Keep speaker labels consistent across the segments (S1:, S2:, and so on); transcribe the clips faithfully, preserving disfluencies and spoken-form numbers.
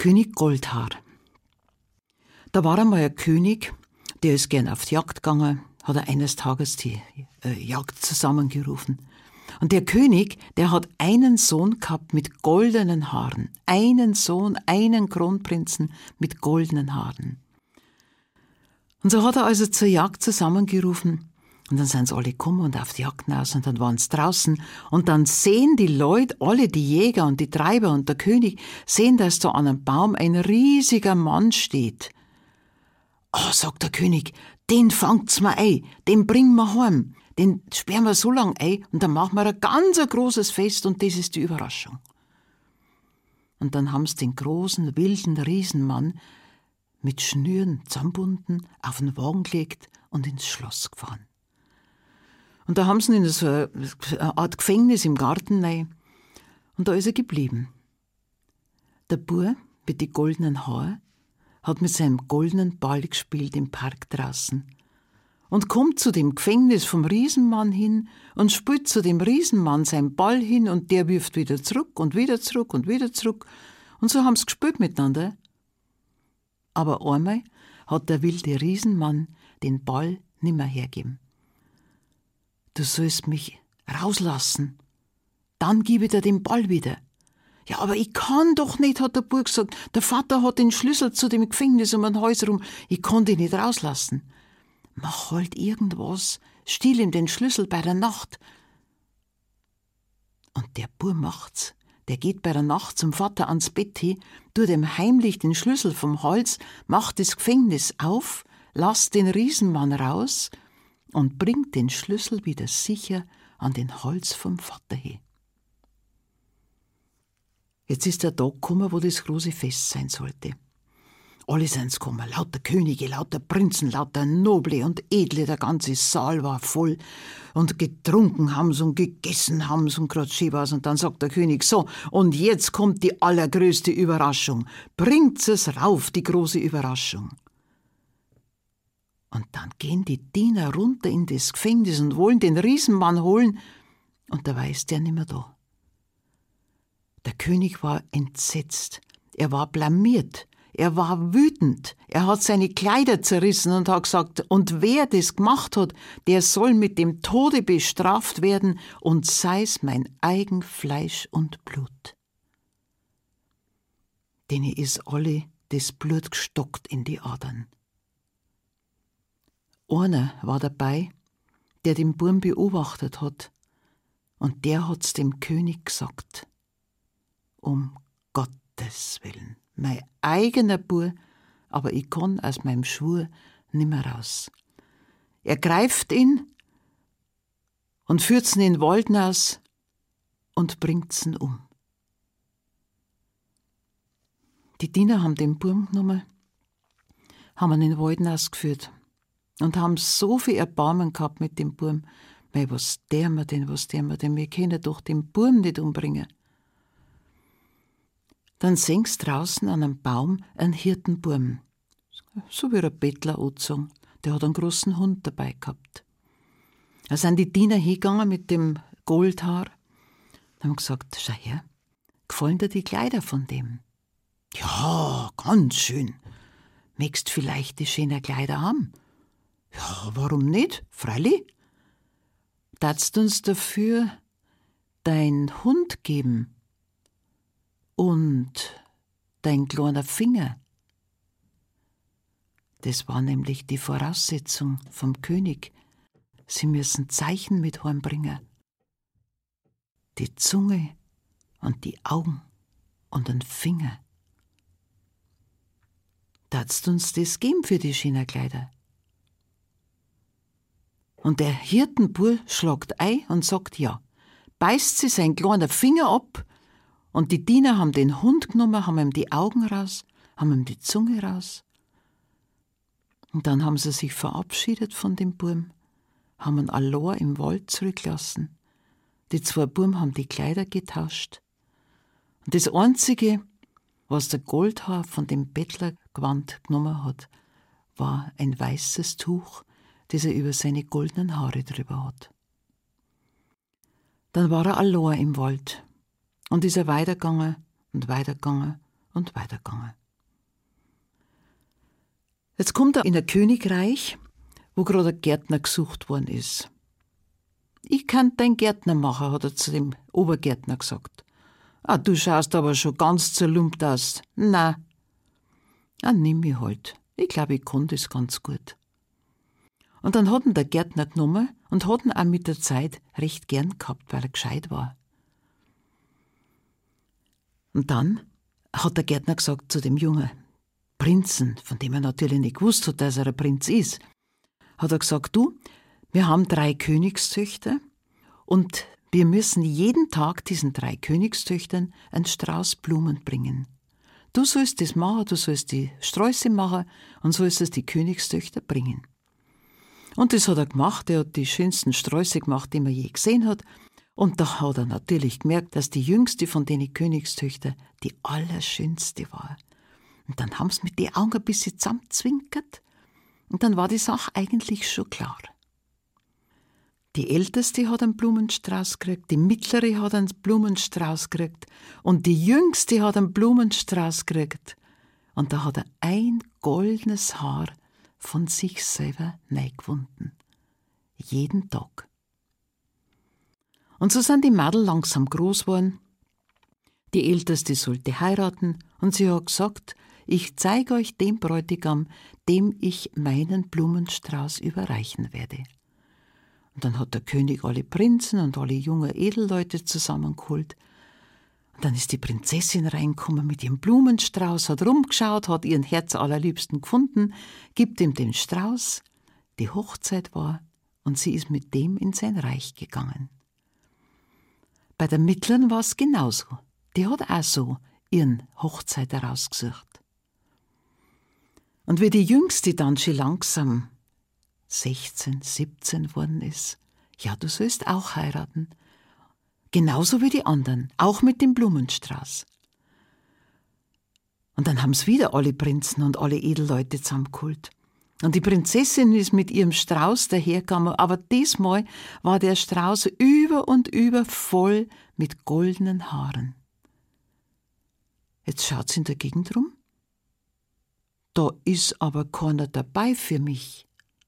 S1: König Goldhaar. Da war einmal ein König, der ist gern auf die Jagd gegangen, hat er eines Tages die äh, Jagd zusammengerufen. Und der König, der hat einen Sohn gehabt mit goldenen Haaren. Einen Sohn, einen Kronprinzen mit goldenen Haaren. Und so hat er also zur Jagd zusammengerufen. Und dann sind sie alle gekommen und auf die Jagd hinaus und dann waren sie draußen. Und dann sehen die Leute, alle die Jäger und die Treiber und der König, sehen, dass da an einem Baum ein riesiger Mann steht. Ah, oh, sagt der König, den fangt's mir ein, den bringen wir heim. Den sperren wir so lang ein und dann machen wir ein ganz großes Fest und das ist die Überraschung. Und dann haben sie den großen, wilden Riesenmann mit Schnüren zusammengebunden, auf den Wagen gelegt und ins Schloss gefahren. Und da haben sie ihn in so eine Art Gefängnis im Garten rein und da ist er geblieben. Der Bub mit den goldenen Haaren hat mit seinem goldenen Ball gespielt im Park draußen und kommt zu dem Gefängnis vom Riesenmann hin und spielt zu dem Riesenmann seinen Ball hin und der wirft wieder zurück und wieder zurück und wieder zurück. Und so haben sie gespielt miteinander. Aber einmal hat der wilde Riesenmann den Ball nimmer hergeben. Du sollst mich rauslassen, dann gebe ich dir den Ball wieder. Ja, aber ich kann doch nicht, hat der Bub gesagt. Der Vater hat den Schlüssel zu dem Gefängnis um den Hals rum. Ich kann dich nicht rauslassen. Mach halt irgendwas, stiehl ihm den Schlüssel bei der Nacht. Und der Bub macht's. Der geht bei der Nacht zum Vater ans Bett hin, tut ihm heimlich den Schlüssel vom Hals, macht das Gefängnis auf, lasst den Riesenmann raus und bringt den Schlüssel wieder sicher an den Hals vom Vater hin. Jetzt ist der Tag gekommen, wo das große Fest sein sollte. Alle sind's gekommen, lauter Könige, lauter Prinzen, lauter Noble und Edle, der ganze Saal war voll. Und getrunken haben's und gegessen haben's und grad schön war's. Und dann sagt der König, so, und jetzt kommt die allergrößte Überraschung. Bringt's es rauf, die große Überraschung. Und dann gehen die Diener runter in das Gefängnis und wollen den Riesenmann holen. Und da ist der nimmer da. Der König war entsetzt. Er war blamiert. Er war wütend. Er hat seine Kleider zerrissen und hat gesagt, und wer das gemacht hat, der soll mit dem Tode bestraft werden und sei's mein eigen Fleisch und Blut. Denen ist alle das Blut gestockt in die Adern. Einer war dabei, der den Burm beobachtet hat, und der hat's dem König gesagt. Um Gottes Willen, mein eigener Bub, aber ich kann aus meinem Schwur nimmer raus. Er greift ihn und führt's ihn in den Wald hinaus und bringt's ihn um. Die Diener haben den Burm genommen, haben ihn in den Wald hinausgeführt und haben so viel Erbarmen gehabt mit dem Burm. Mei, was der mir denn, was der mir denn, wir können doch den Burm nicht umbringen. Dann sing's draußen an einem Baum einen Hirtenburm. So wie ein Bettler angezogen. Der hat einen großen Hund dabei gehabt. Da sind die Diener hingegangen mit dem Goldhaar und haben gesagt, schau her, gefallen dir die Kleider von dem? Ja, ganz schön. Möchtest vielleicht die schönen Kleider haben? Ja, warum nicht? Freilich. Darfst du uns dafür dein Hund geben? Und dein kleiner Finger. Das war nämlich die Voraussetzung vom König. Sie müssen Zeichen mit heimbringen. Die Zunge und die Augen und den Finger. Darfst du uns das geben für die schönen Kleider? Und der Hirtenbur schlagt ein und sagt ja. Beißt sie sein kleiner Finger ab. Und die Diener haben den Hund genommen, haben ihm die Augen raus, haben ihm die Zunge raus. Und dann haben sie sich verabschiedet von dem Burm, haben ihn allein im Wald zurückgelassen. Die zwei Burm haben die Kleider getauscht. Und das Einzige, was der Goldhaar von dem Bettlergewand genommen hat, war ein weißes Tuch, das er über seine goldenen Haare drüber hat. Dann war er allein im Wald. Und ist er weitergegangen und weitergegangen und weitergegangen. Jetzt kommt er in ein Königreich, wo gerade ein Gärtner gesucht worden ist. Ich kann dein Gärtner machen, hat er zu dem Obergärtner gesagt. Ah, du schaust aber schon ganz zerlumpt aus. Na, ah, nimm mich halt. Ich glaube, ich kann das ganz gut. Und dann hat ihn der Gärtner genommen und hat ihn auch mit der Zeit recht gern gehabt, weil er gescheit war. Und dann hat der Gärtner gesagt zu dem jungen Prinzen, von dem er natürlich nicht gewusst hat, dass er ein Prinz ist, hat er gesagt, du, wir haben drei Königstöchter und wir müssen jeden Tag diesen drei Königstöchtern einen Strauß Blumen bringen. Du sollst das machen, du sollst die Sträuße machen und sollst es die Königstöchter bringen. Und das hat er gemacht, er hat die schönsten Sträuße gemacht, die man je gesehen hat. Und da hat er natürlich gemerkt, dass die jüngste von den Königstöchtern die allerschönste war. Und dann haben sie mit den Augen ein bisschen zusammenzwinkert und dann war die Sache eigentlich schon klar. Die Älteste hat einen Blumenstrauß gekriegt, die Mittlere hat einen Blumenstrauß gekriegt und die Jüngste hat einen Blumenstrauß gekriegt. Und da hat er ein goldenes Haar von sich selber neu gefunden. Jeden Tag. Und so sind die Mädel langsam groß geworden. Die Älteste sollte heiraten und sie hat gesagt, ich zeige euch den Bräutigam, dem ich meinen Blumenstrauß überreichen werde. Und dann hat der König alle Prinzen und alle jungen Edelleute zusammengeholt. Und dann ist die Prinzessin reingekommen mit ihrem Blumenstrauß, hat rumgeschaut, hat ihren Herz allerliebsten gefunden, gibt ihm den Strauß, die Hochzeit war und sie ist mit dem in sein Reich gegangen. Bei der Mittleren war es genauso. Die hat auch so ihren Hochzeit herausgesucht. Und wie die Jüngste dann schon langsam sechzehn, siebzehn worden ist, ja, du sollst auch heiraten. Genauso wie die anderen, auch mit dem Blumenstrauß. Und dann haben's wieder alle Prinzen und alle Edelleute zusammengeholt. Und die Prinzessin ist mit ihrem Strauß dahergekommen, aber diesmal war der Strauß über und über voll mit goldenen Haaren. Jetzt schaut's in der Gegend rum. Da ist aber keiner dabei für mich.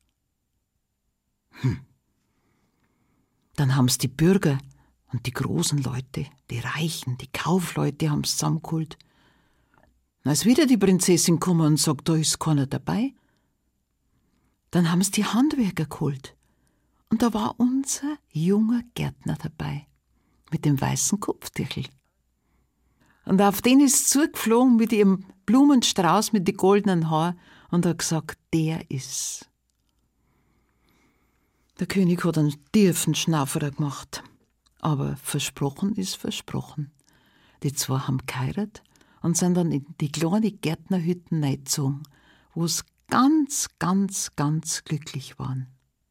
S1: Hm. Dann haben's die Bürger und die großen Leute, die Reichen, die Kaufleute haben's zusammengeholt. Dann ist wieder die Prinzessin gekommen und sagt, da ist keiner dabei. Dann haben's die Handwerker geholt. Und da war unser junger Gärtner dabei, mit dem weißen Kopftüchel. Und auf den ist zugeflogen mit ihrem Blumenstrauß mit den goldenen Haaren und hat gesagt, der ist. Der König hat einen tiefen Schnauferer gemacht. Aber versprochen ist versprochen. Die zwei haben geheiratet und sind dann in die kleine Gärtnerhütten reingezogen, wo es ganz, ganz, ganz glücklich waren.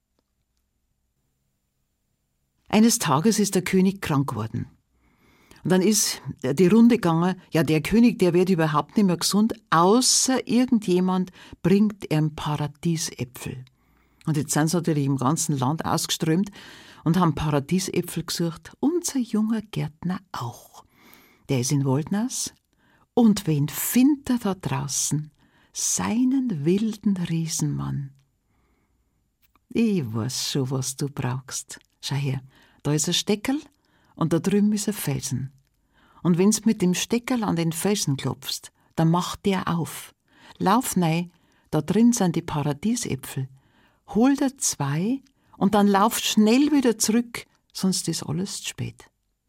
S1: Eines Tages ist der König krank geworden. Und dann ist die Runde gegangen, ja, der König, der wird überhaupt nicht mehr gesund, außer irgendjemand bringt ihm Paradiesäpfel. Und jetzt sind sie natürlich im ganzen Land ausgeströmt und haben Paradiesäpfel gesucht. Unser junger Gärtner auch. Der ist in Woldnaus. Und wen findet er da draußen? Seinen wilden Riesenmann. Ich weiß schon, was du brauchst. Schau her, da ist ein Steckerl und da drüben ist ein Felsen. Und wenn's mit dem Steckerl an den Felsen klopfst, dann macht der auf. Lauf rein, da drin sind die Paradiesäpfel. Hol dir zwei und dann lauf schnell wieder zurück, sonst ist alles zu spät.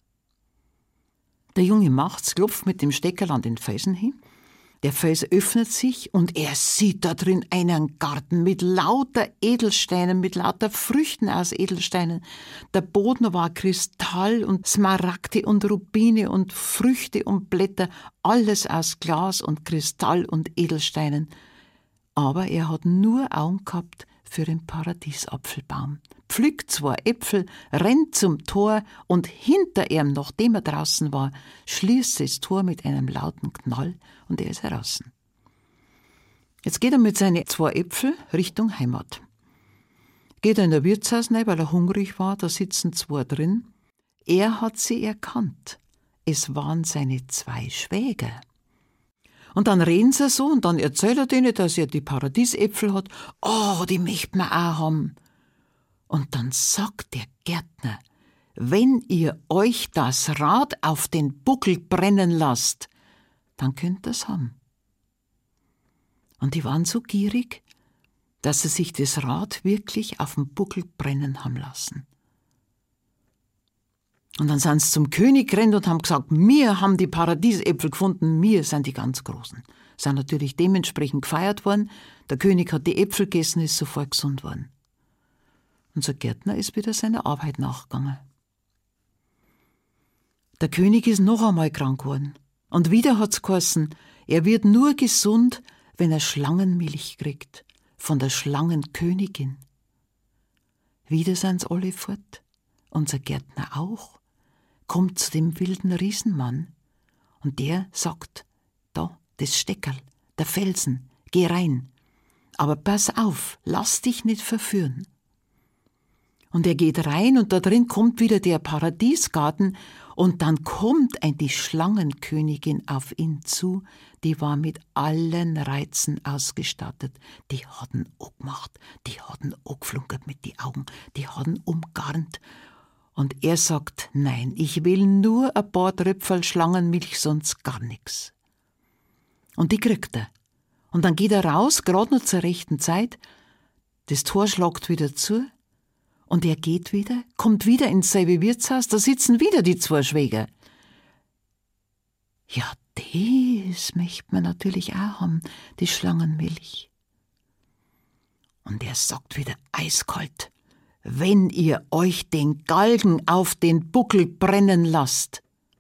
S1: Der Junge macht's, klopft mit dem Steckerl an den Felsen hin. Der Fels öffnet sich und er sieht da drin einen Garten mit lauter Edelsteinen, mit lauter Früchten aus Edelsteinen. Der Boden war Kristall und Smaragde und Rubine und Früchte und Blätter, alles aus Glas und Kristall und Edelsteinen. Aber er hat nur Augen gehabt für den Paradiesapfelbaum. Pflückt zwei Äpfel, rennt zum Tor und hinter ihm, nachdem er draußen war, schließt das Tor mit einem lauten Knall und er ist heraus. Jetzt geht er mit seinen zwei Äpfeln Richtung Heimat. Geht er in der Wirtshaus rein, weil er hungrig war, da sitzen zwei drin. Er hat sie erkannt. Es waren seine zwei Schwäger. Und dann reden sie so und dann erzählt er denen, dass er die Paradiesäpfel hat. Oh, die möchten wir auch haben. Und dann sagt der Gärtner, wenn ihr euch das Rad auf den Buckel brennen lasst, dann könnt ihr es haben. Und die waren so gierig, dass sie sich das Rad wirklich auf dem Buckel brennen haben lassen. Und dann sind sie zum König gerannt und haben gesagt, wir haben die Paradiesäpfel gefunden, wir sind die ganz Großen. Sind natürlich dementsprechend gefeiert worden. Der König hat die Äpfel gegessen, ist sofort gesund worden. Unser Gärtner ist wieder seiner Arbeit nachgegangen. Der König ist noch einmal krank geworden. Und wieder hat's geheißen, er wird nur gesund, wenn er Schlangenmilch kriegt. Von der Schlangenkönigin. Wieder sind's alle fort. Unser Gärtner auch. Kommt zu dem wilden Riesenmann. Und der sagt, da, das Steckerl, der Felsen, geh rein. Aber pass auf, lass dich nicht verführen. Und er geht rein und da drin kommt wieder der Paradiesgarten und dann kommt ein die Schlangenkönigin auf ihn zu, die war mit allen Reizen ausgestattet. Die hatten angemacht, die hatten angeflunkert mit die Augen, die hatten umgarnt. Und er sagt, nein, ich will nur ein paar Tröpfel Schlangenmilch, sonst gar nichts. Und die kriegt er. Und dann geht er raus, gerade noch zur rechten Zeit, das Tor schlagt wieder zu, und er geht wieder, kommt wieder ins selbe Wirtshaus, da sitzen wieder die zwei Schwäger. Ja, das möchte man natürlich auch haben, die Schlangenmilch. Und er sagt wieder eiskalt, wenn ihr euch den Galgen auf den Buckel brennen lasst.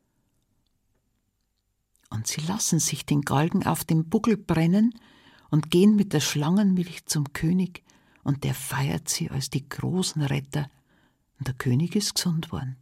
S1: Und sie lassen sich den Galgen auf den Buckel brennen und gehen mit der Schlangenmilch zum König, und der feiert sie als die großen Retter, und der König ist gesund worden.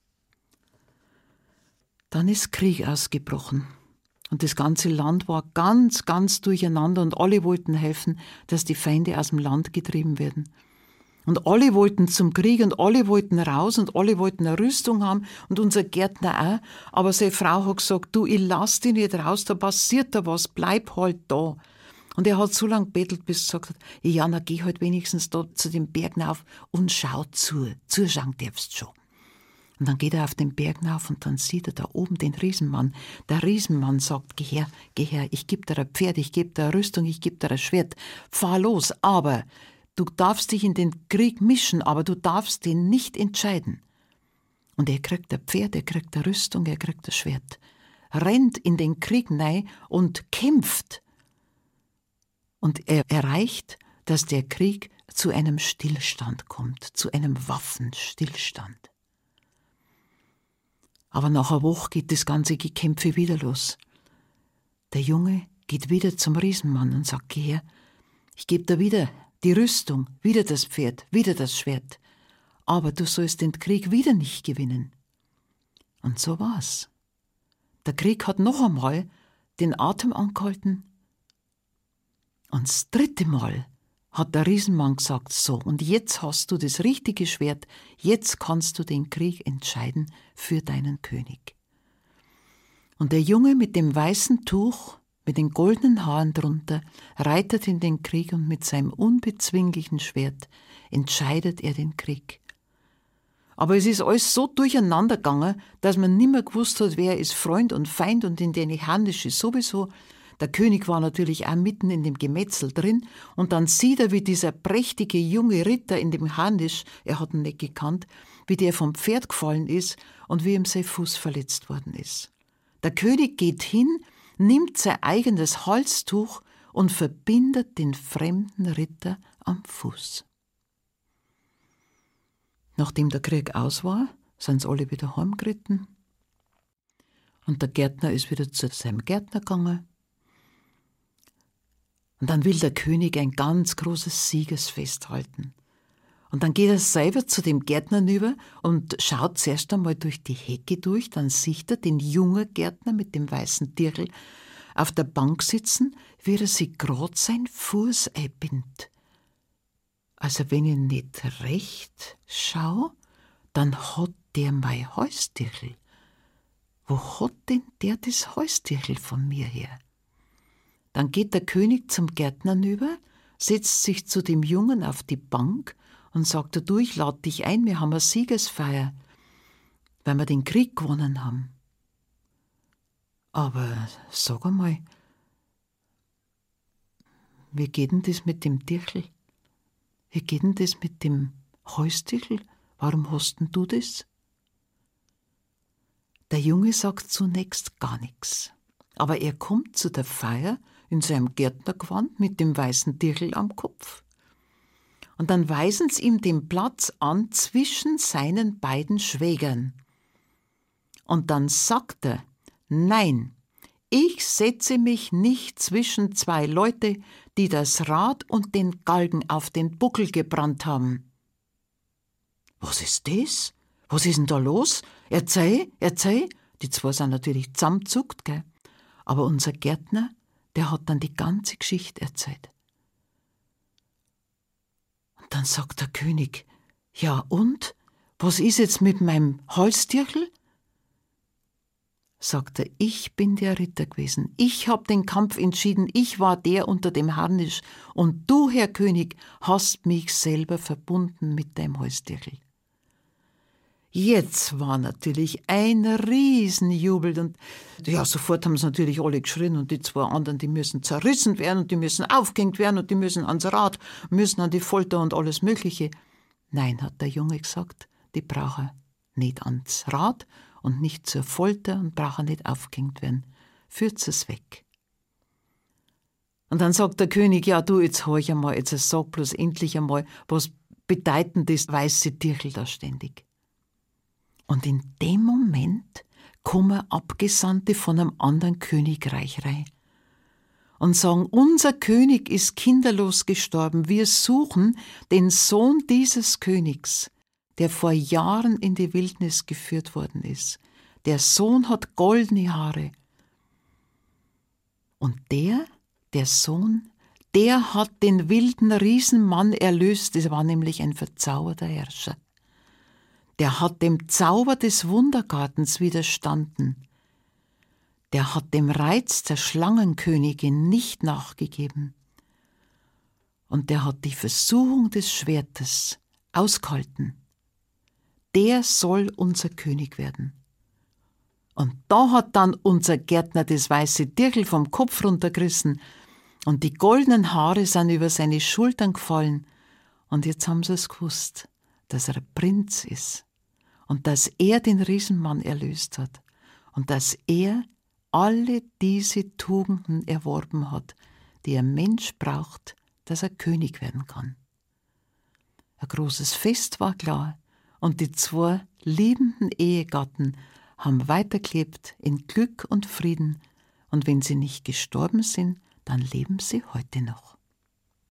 S1: Dann ist Krieg ausgebrochen, und das ganze Land war ganz, ganz durcheinander, und alle wollten helfen, dass die Feinde aus dem Land getrieben werden. Und alle wollten zum Krieg, und alle wollten raus, und alle wollten eine Rüstung haben, und unser Gärtner auch. Aber seine Frau hat gesagt, du, ich lass dich nicht raus, da passiert da was, bleib halt da. Und er hat so lange bettelt, bis er gesagt hat, ja, na, geh halt wenigstens da zu dem Berg rauf und schau zu, zuschauen darfst schon. Und dann geht er auf den Berg rauf und dann sieht er da oben den Riesenmann. Der Riesenmann sagt, geh her, geh her, ich geb dir ein Pferd, ich geb dir eine Rüstung, ich geb dir ein Schwert, fahr los, aber du darfst dich in den Krieg mischen, aber du darfst den nicht entscheiden. Und er kriegt ein Pferd, er kriegt eine Rüstung, er kriegt ein Schwert, rennt in den Krieg rein und kämpft. Und er erreicht, dass der Krieg zu einem Stillstand kommt, zu einem Waffenstillstand. Aber nach einer Woche geht das ganze Gekämpfe wieder los. Der Junge geht wieder zum Riesenmann und sagt, geh her, ich gebe dir wieder die Rüstung, wieder das Pferd, wieder das Schwert. Aber du sollst den Krieg wieder nicht gewinnen. Und so war's. Der Krieg hat noch einmal den Atem angehalten. Und das dritte Mal hat der Riesenmann gesagt, so, und jetzt hast du das richtige Schwert, jetzt kannst du den Krieg entscheiden für deinen König. Und der Junge mit dem weißen Tuch, mit den goldenen Haaren drunter, reitet in den Krieg und mit seinem unbezwinglichen Schwert entscheidet er den Krieg. Aber es ist alles so durcheinander gegangen, dass man nimmer gewusst hat, wer ist Freund und Feind, und in den Harnisch ist sowieso. Der König war natürlich auch mitten in dem Gemetzel drin, und dann sieht er, wie dieser prächtige junge Ritter in dem Harnisch, er hat ihn nicht gekannt, wie der vom Pferd gefallen ist und wie ihm sein Fuß verletzt worden ist. Der König geht hin, nimmt sein eigenes Halstuch und verbindet den fremden Ritter am Fuß. Nachdem der Krieg aus war, sind sie alle wieder heimgeritten, und der Gärtner ist wieder zu seinem Gärtner gegangen. Und dann will der König ein ganz großes Siegesfest halten. Und dann geht er selber zu dem Gärtner rüber und schaut zuerst einmal durch die Hecke durch, dann sieht er den jungen Gärtner mit dem weißen Dirndl auf der Bank sitzen, wie er sich grad sein Fuß einbindet. Also wenn ich nicht recht schau, dann hat der mein Halsdirndl. Wo hat denn der das Halsdirndl von mir her? Dann geht der König zum Gärtner hinüber, setzt sich zu dem Jungen auf die Bank und sagt, du, ich lade dich ein, wir haben eine Siegesfeier, weil wir den Krieg gewonnen haben. Aber sag einmal, wie geht denn das mit dem Dirchel? Wie geht denn das mit dem Holzdirchel? Warum hast denn du das? Der Junge sagt zunächst gar nichts, aber er kommt zu der Feier in seinem Gärtnergewand mit dem weißen Dirchel am Kopf. Und dann weisen sie ihm den Platz an zwischen seinen beiden Schwägern. Und dann sagt er, nein, ich setze mich nicht zwischen zwei Leute, die das Rad und den Galgen auf den Buckel gebrannt haben. Was ist das? Was ist denn da los? Erzähl, erzähl. Die zwei sind natürlich zusammengezuckt, gell? Aber unser Gärtner, der hat dann die ganze Geschichte erzählt. Und dann sagt der König, ja und? Was ist jetzt mit meinem Holzdirchel? Sagt er, ich bin der Ritter gewesen. Ich hab den Kampf entschieden. Ich war der unter dem Harnisch. Und du, Herr König, hast mich selber verbunden mit deinem Holzdirchel. Jetzt war natürlich ein Riesenjubel und ja, sofort haben sie natürlich alle geschrien und die zwei anderen, die müssen zerrissen werden und die müssen aufgehängt werden und die müssen ans Rad, müssen an die Folter und alles Mögliche. Nein, hat der Junge gesagt, die brauchen nicht ans Rad und nicht zur Folter und brauchen nicht aufgehängt werden. Führt's es weg. Und dann sagt der König, ja du, jetzt hör ich einmal, jetzt sag bloß endlich einmal, was bedeuten das weiße Dirchel da ständig? Und in dem Moment kommen Abgesandte von einem anderen Königreich rein und sagen, unser König ist kinderlos gestorben. Wir suchen den Sohn dieses Königs, der vor Jahren in die Wildnis geführt worden ist. Der Sohn hat goldene Haare. Und der, der Sohn, der hat den wilden Riesenmann erlöst. Das war nämlich ein verzauberter Herrscher. Der hat dem Zauber des Wundergartens widerstanden. Der hat dem Reiz der Schlangenkönigin nicht nachgegeben. Und der hat die Versuchung des Schwertes ausgehalten. Der soll unser König werden. Und da hat dann unser Gärtner das weiße Dirchel vom Kopf runtergerissen und die goldenen Haare sind über seine Schultern gefallen. Und jetzt haben sie es gewusst, dass er ein Prinz ist und dass er den Riesenmann erlöst hat und dass er alle diese Tugenden erworben hat, die ein Mensch braucht, dass er König werden kann. Ein großes Fest war klar und die zwei liebenden Ehegatten haben weitergelebt in Glück und Frieden und wenn sie nicht gestorben sind, dann leben sie heute noch.